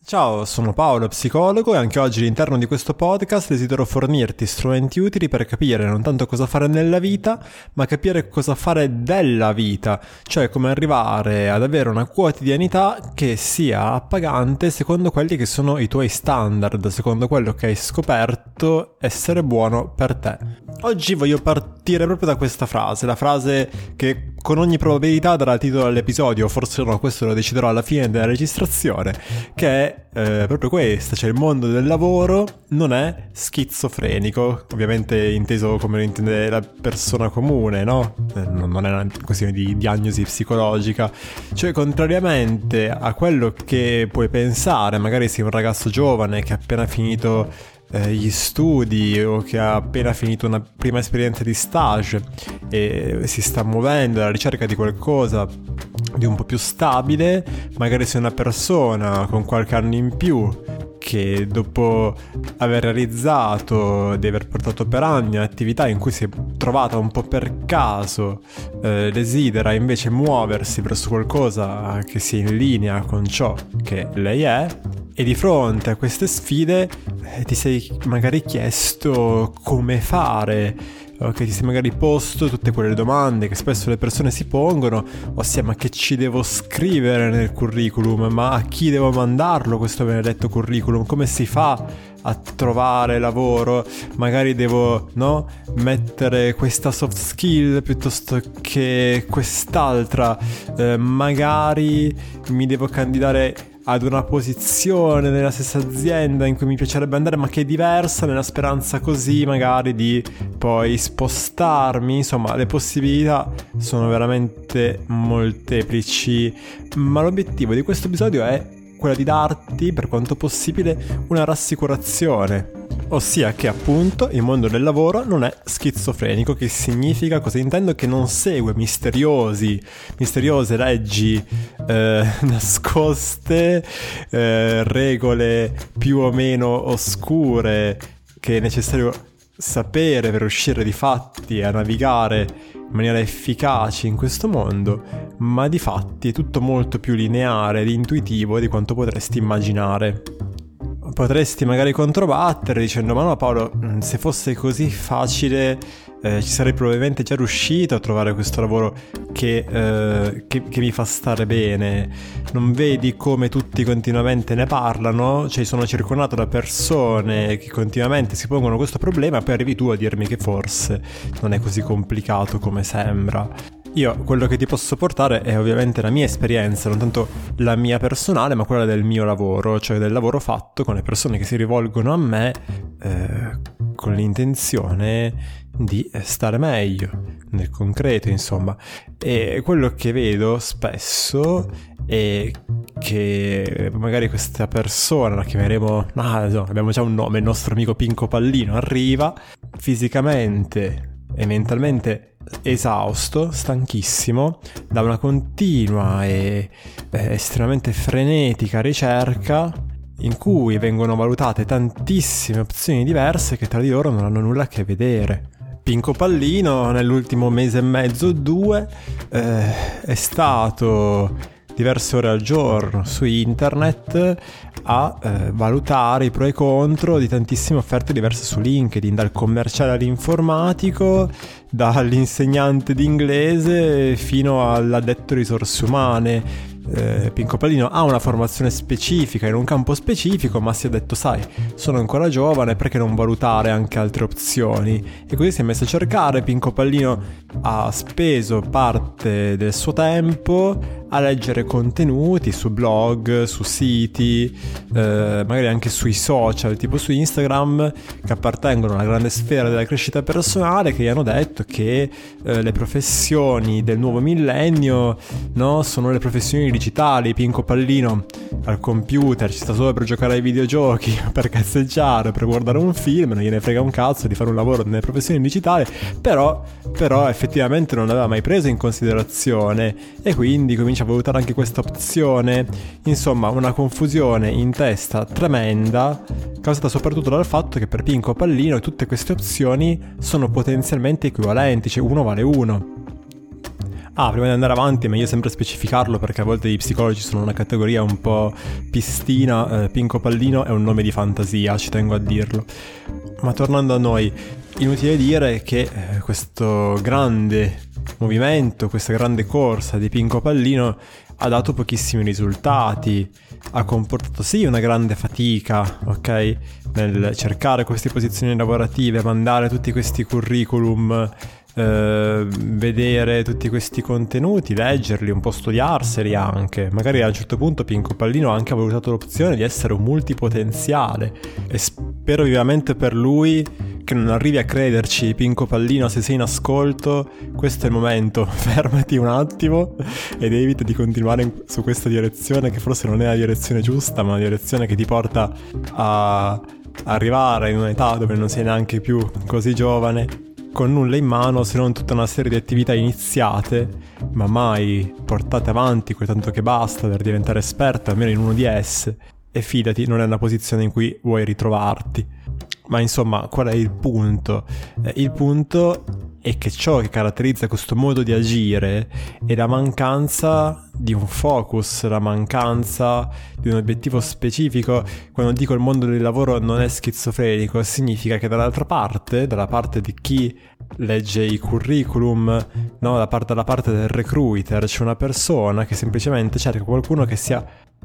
Ciao, sono Paolo, psicologo, e anche oggi all'interno di questo podcast desidero fornirti strumenti utili per capire non tanto cosa fare nella vita, ma capire cosa fare della vita, cioè come arrivare ad avere una quotidianità che sia appagante secondo quelli che sono i tuoi standard, secondo quello che hai scoperto essere buono per te. Oggi voglio partire proprio da questa frase, la frase che con ogni probabilità darà titolo all'episodio, forse no, questo lo deciderò alla fine della registrazione, che è proprio questa, cioè il mondo del lavoro non è schizofrenico, ovviamente inteso come lo intende la persona comune, no? Non è una questione di diagnosi psicologica, cioè contrariamente a quello che puoi pensare, magari sei un ragazzo giovane che ha appena finito gli studi o che ha appena finito una prima esperienza di stage e si sta muovendo alla ricerca di qualcosa di un po' più stabile, magari sei una persona con qualche anno in più che dopo aver realizzato di aver portato per anni un'attività in cui si è trovata un po' per caso, desidera invece muoversi verso qualcosa che sia in linea con ciò che lei è. E di fronte a queste sfide ti sei magari chiesto come fare, che ti sei magari posto tutte quelle domande che spesso le persone si pongono, ossia ma che ci devo scrivere nel curriculum, ma a chi devo mandarlo questo benedetto curriculum, come si fa a trovare lavoro, magari devo mettere questa soft skill piuttosto che quest'altra, magari mi devo candidare ad una posizione nella stessa azienda in cui mi piacerebbe andare ma che è diversa, nella speranza così magari di poi spostarmi. Insomma, le possibilità sono veramente molteplici, ma l'obiettivo di questo episodio è quella di darti, per quanto possibile, una rassicurazione, ossia che appunto il mondo del lavoro non è schizofrenico. Che significa? Cosa intendo? Che non segue misteriose leggi nascoste, regole più o meno oscure che è necessario sapere per riuscire di fatti a navigare in maniera efficace in questo mondo, ma di fatti è tutto molto più lineare ed intuitivo di quanto potresti immaginare. Potresti magari controbattere dicendo ma no Paolo, se fosse così facile ci sarei probabilmente già riuscito a trovare questo lavoro che mi fa stare bene. Non vedi come tutti continuamente ne parlano? Cioè sono circondato da persone che continuamente si pongono questo problema e poi arrivi tu a dirmi che forse non è così complicato come sembra. Io quello che ti posso portare è ovviamente la mia esperienza, non tanto la mia personale, ma quella del mio lavoro, cioè del lavoro fatto con le persone che si rivolgono a me con l'intenzione di stare meglio, nel concreto insomma. E quello che vedo spesso è che magari questa persona, la chiameremo, abbiamo già un nome, il nostro amico Pinco Pallino, arriva fisicamente e mentalmente esausto, stanchissimo da una continua e estremamente frenetica ricerca in cui vengono valutate tantissime opzioni diverse che tra di loro non hanno nulla a che vedere. Pinco Pallino nell'ultimo mese e mezzo, 2, è stato diverse ore al giorno su internet a valutare i pro e i contro di tantissime offerte diverse su LinkedIn, dal commerciale all'informatico, dall'insegnante di inglese fino all'addetto risorse umane. Pinco Pallino ha una formazione specifica in un campo specifico, ma si è detto sai, sono ancora giovane, perché non valutare anche altre opzioni? E così si è messo a cercare. Pinco Pallino ha speso parte del suo tempo a leggere contenuti su blog, su siti, magari anche sui social, tipo su Instagram, che appartengono alla grande sfera della crescita personale, che gli hanno detto che le professioni del nuovo millennio sono le professioni digitali. Pinco Pallino al computer ci sta solo per giocare ai videogiochi, per cazzeggiare, per guardare un film, non gliene frega un cazzo di fare un lavoro nelle professioni digitali, però effettivamente non l'aveva mai preso in considerazione e quindi comincia a valutare anche questa opzione. Insomma, una confusione in testa tremenda, causata soprattutto dal fatto che per Pinco Pallino tutte queste opzioni sono potenzialmente equivalenti, cioè uno vale uno. Prima di andare avanti è meglio sempre specificarlo, perché a volte gli psicologi sono una categoria un po' pistina. Pinco Pallino è un nome di fantasia, ci tengo a dirlo. Ma tornando a noi, inutile dire che questo grande movimento, questa grande corsa di Pinco Pallino ha dato pochissimi risultati, ha comportato sì una grande fatica, ok, nel cercare queste posizioni lavorative, mandare tutti questi curriculum, vedere tutti questi contenuti, leggerli, un po' studiarseli anche. Magari a un certo punto Pinco Pallino ha anche valutato l'opzione di essere un multipotenziale, e spero vivamente per lui che non arrivi a crederci. Pinco Pallino, se sei in ascolto, questo è il momento, fermati un attimo ed evita di continuare su questa direzione, che forse non è la direzione giusta, ma una direzione che ti porta a arrivare in un'età dove non sei neanche più così giovane, con nulla in mano se non tutta una serie di attività iniziate ma mai portate avanti quel tanto che basta per diventare esperto almeno in uno di esse, e fidati, non è una posizione in cui vuoi ritrovarti. Ma insomma, qual è il punto? Il punto è che ciò che caratterizza questo modo di agire è la mancanza di un focus, la mancanza di un obiettivo specifico. Quando dico il mondo del lavoro non è schizofrenico, significa che dall'altra parte, dalla parte di chi legge i curriculum, no, dalla parte del recruiter, c'è una persona che semplicemente cerca qualcuno che sia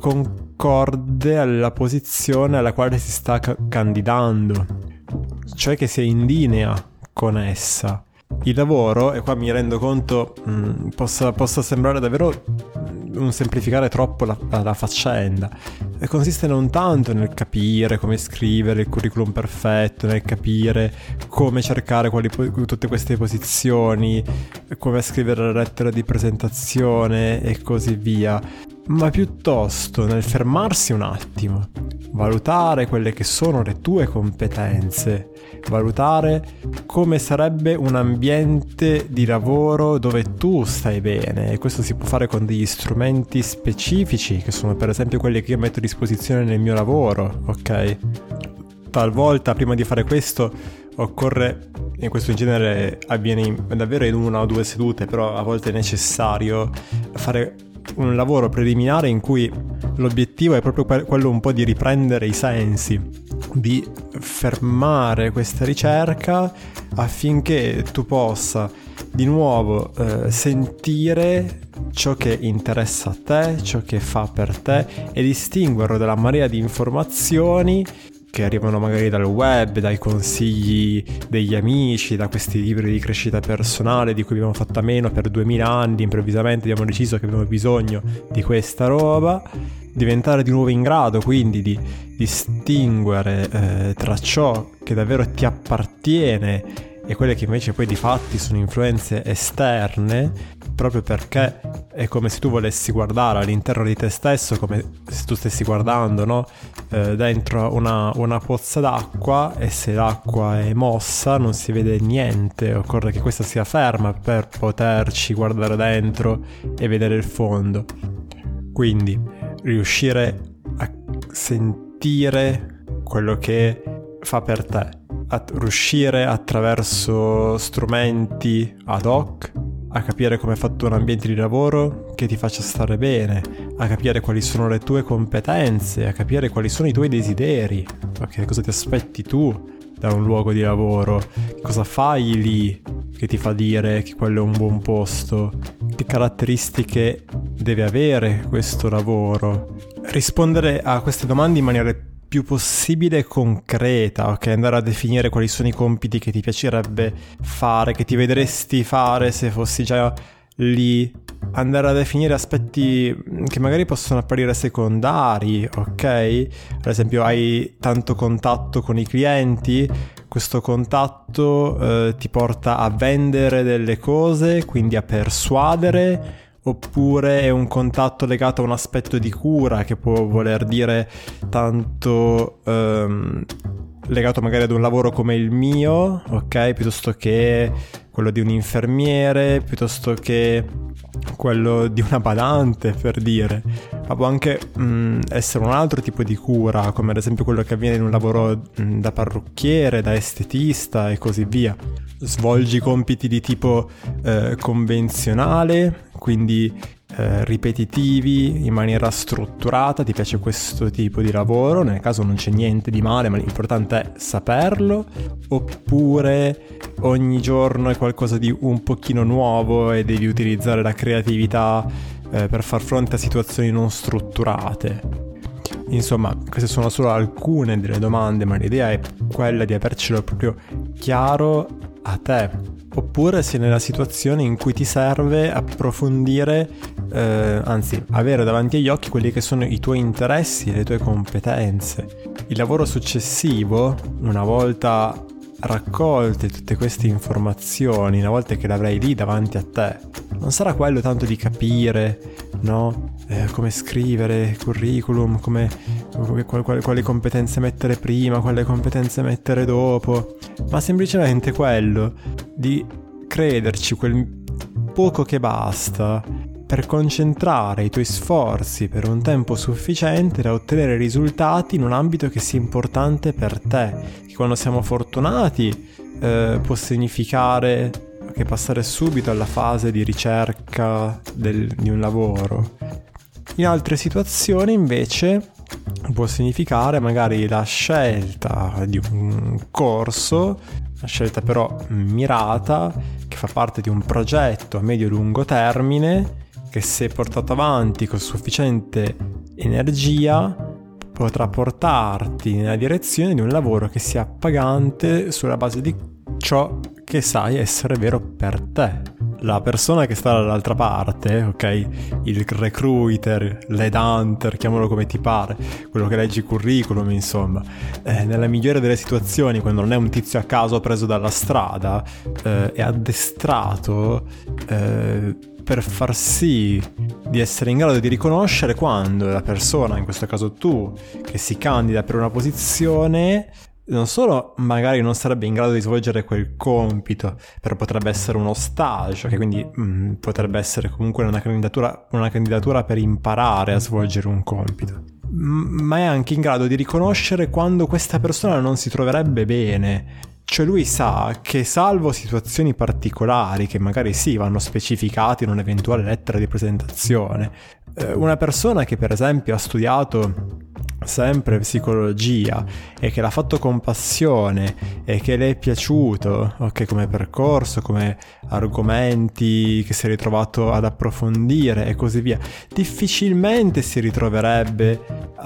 concorde alla posizione alla quale si sta candidando, cioè che sia in linea con essa. Il lavoro, e qua mi rendo conto possa sembrare davvero un semplificare troppo la faccenda, consiste non tanto nel capire come scrivere il curriculum perfetto, nel capire come cercare tutte queste posizioni, come scrivere la lettera di presentazione e così via, ma piuttosto nel fermarsi un attimo, valutare quelle che sono le tue competenze, valutare come sarebbe un ambiente di lavoro dove tu stai bene, e questo si può fare con degli strumenti specifici che sono per esempio quelli che io metto a disposizione nel mio lavoro, ok? Talvolta prima di fare questo occorre, e questo in genere avviene davvero in 1 o 2 sedute, però a volte è necessario fare un lavoro preliminare in cui l'obiettivo è proprio quello un po' di riprendere i sensi, di fermare questa ricerca affinché tu possa di nuovo sentire ciò che interessa a te, ciò che fa per te, e distinguerlo dalla marea di informazioni che arrivano magari dal web, dai consigli degli amici, da questi libri di crescita personale di cui abbiamo fatto a meno per 2000 anni. Improvvisamente abbiamo deciso che abbiamo bisogno di questa roba. Diventare di nuovo in grado quindi di distinguere tra ciò che davvero ti appartiene e quelle che invece poi di fatti sono influenze esterne, proprio perché è come se tu volessi guardare all'interno di te stesso, come se tu stessi guardando, no? Dentro una pozza d'acqua, e se l'acqua è mossa non si vede niente, occorre che questa sia ferma per poterci guardare dentro e vedere il fondo. Quindi riuscire a sentire quello che fa per te, a riuscire attraverso strumenti ad hoc a capire come è fatto un ambiente di lavoro che ti faccia stare bene, a capire quali sono le tue competenze, a capire quali sono i tuoi desideri, ok? Cosa ti aspetti tu da un luogo di lavoro, cosa fai lì che ti fa dire che quello è un buon posto, che caratteristiche deve avere questo lavoro. Rispondere a queste domande in maniera più possibile concreta, ok? Andare a definire quali sono i compiti che ti piacerebbe fare, che ti vedresti fare se fossi già lì, andare a definire aspetti che magari possono apparire secondari, ok? Ad esempio, hai tanto contatto con i clienti, questo contatto ti porta a vendere delle cose, quindi a persuadere, oppure è un contatto legato a un aspetto di cura che può voler dire tanto legato magari ad un lavoro come il mio, ok? Piuttosto che quello di un infermiere, piuttosto che quello di una badante, per dire, ma può anche essere un altro tipo di cura, come ad esempio quello che avviene in un lavoro da parrucchiere, da estetista e così via. Svolgi compiti di tipo convenzionale, quindi ripetitivi in maniera strutturata, ti piace questo tipo di lavoro, nel caso non c'è niente di male, ma l'importante è saperlo, oppure ogni giorno è qualcosa di un pochino nuovo e devi utilizzare la creatività per far fronte a situazioni non strutturate. Insomma, queste sono solo alcune delle domande, ma l'idea è quella di avercelo proprio chiaro a te. Oppure sei nella situazione in cui ti serve approfondire, anzi avere davanti agli occhi quelli che sono i tuoi interessi e le tue competenze. Il lavoro successivo, una volta raccolte tutte queste informazioni, una volta che le avrai lì davanti a te, non sarà quello tanto di capire, no? Come scrivere curriculum, quali competenze mettere prima, quali competenze mettere dopo, ma semplicemente quello di crederci quel poco che basta per concentrare i tuoi sforzi per un tempo sufficiente da ottenere risultati in un ambito che sia importante per te, che quando siamo fortunati può significare che passare subito alla fase di ricerca di un lavoro. In altre situazioni invece può significare magari la scelta di un corso, una scelta però mirata, che fa parte di un progetto a medio-lungo termine, che se portato avanti con sufficiente energia potrà portarti nella direzione di un lavoro che sia appagante sulla base di ciò che sai essere vero per te. La persona che sta dall'altra parte, ok? Il recruiter, l'headhunter, chiamalo come ti pare, quello che legge i curriculum, insomma, nella migliore delle situazioni, quando non è un tizio a caso preso dalla strada, è addestrato per far sì di essere in grado di riconoscere quando la persona, in questo caso tu, che si candida per una posizione, non solo magari non sarebbe in grado di svolgere quel compito, però potrebbe essere uno stage, che quindi potrebbe essere comunque una candidatura per imparare a svolgere un compito, ma è anche in grado di riconoscere quando questa persona non si troverebbe bene. Cioè lui sa che, salvo situazioni particolari che magari sì vanno specificate in un'eventuale lettera di presentazione, una persona che per esempio ha studiato sempre psicologia e che l'ha fatto con passione e che le è piaciuto, ok, come percorso, come argomenti che si è ritrovato ad approfondire e così via, difficilmente si troverebbe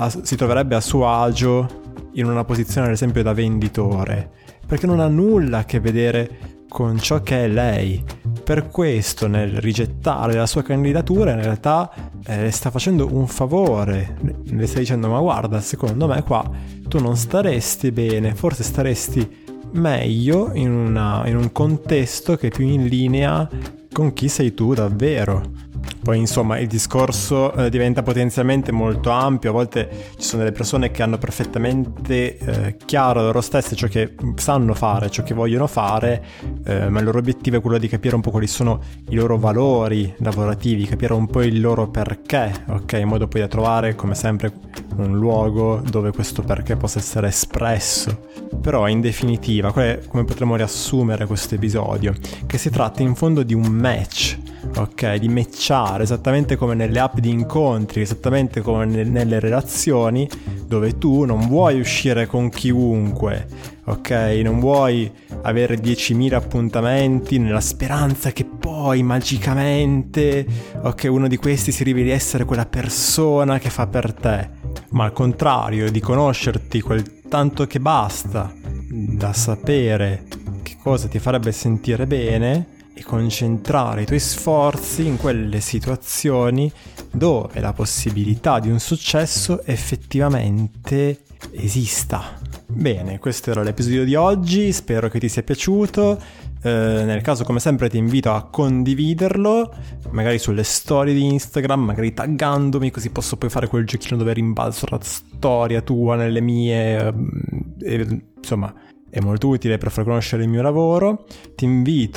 a suo agio in una posizione ad esempio da venditore, perché non ha nulla a che vedere con ciò che è lei. Per questo, nel rigettare la sua candidatura, in realtà le sta facendo un favore, le sta dicendo: ma guarda, secondo me qua tu non staresti bene, forse staresti meglio in un contesto che è più in linea con chi sei tu davvero. Poi insomma il discorso diventa potenzialmente molto ampio. A volte ci sono delle persone che hanno perfettamente chiaro loro stesse ciò che sanno fare, ciò che vogliono fare, ma il loro obiettivo è quello di capire un po' quali sono i loro valori lavorativi, capire un po' il loro perché, ok, in modo poi da trovare come sempre un luogo dove questo perché possa essere espresso. Però in definitiva, come potremmo riassumere questo episodio? Che si tratta in fondo di un match, ok, di matchare, esattamente come nelle app di incontri, esattamente come nelle relazioni, dove tu non vuoi uscire con chiunque, ok, non vuoi avere 10.000 appuntamenti nella speranza che poi magicamente, ok, uno di questi si riveli essere quella persona che fa per te, ma al contrario, di conoscerti quel tanto che basta da sapere che cosa ti farebbe sentire bene e concentrare i tuoi sforzi in quelle situazioni dove la possibilità di un successo effettivamente esista. Bene, questo era l'episodio di oggi, spero che ti sia piaciuto. Nel caso, come sempre, ti invito a condividerlo, magari sulle storie di Instagram, magari taggandomi, così posso poi fare quel giochino dove rimbalzo la storia tua nelle mie, insomma è molto utile per far conoscere il mio lavoro. Ti invito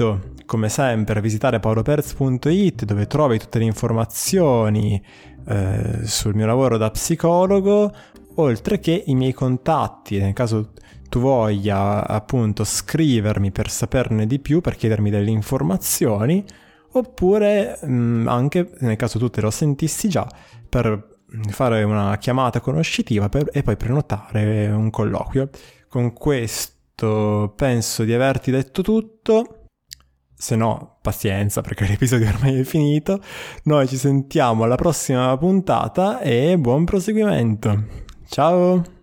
come sempre, visitare paoloperz.it, dove trovi tutte le informazioni sul mio lavoro da psicologo, oltre che i miei contatti, nel caso tu voglia appunto scrivermi per saperne di più, per chiedermi delle informazioni, oppure anche, nel caso tu te lo sentissi già, per fare una chiamata conoscitiva e poi prenotare un colloquio. Con questo penso di averti detto tutto, se no pazienza perché l'episodio ormai è finito. Noi ci sentiamo alla prossima puntata e buon proseguimento. Ciao!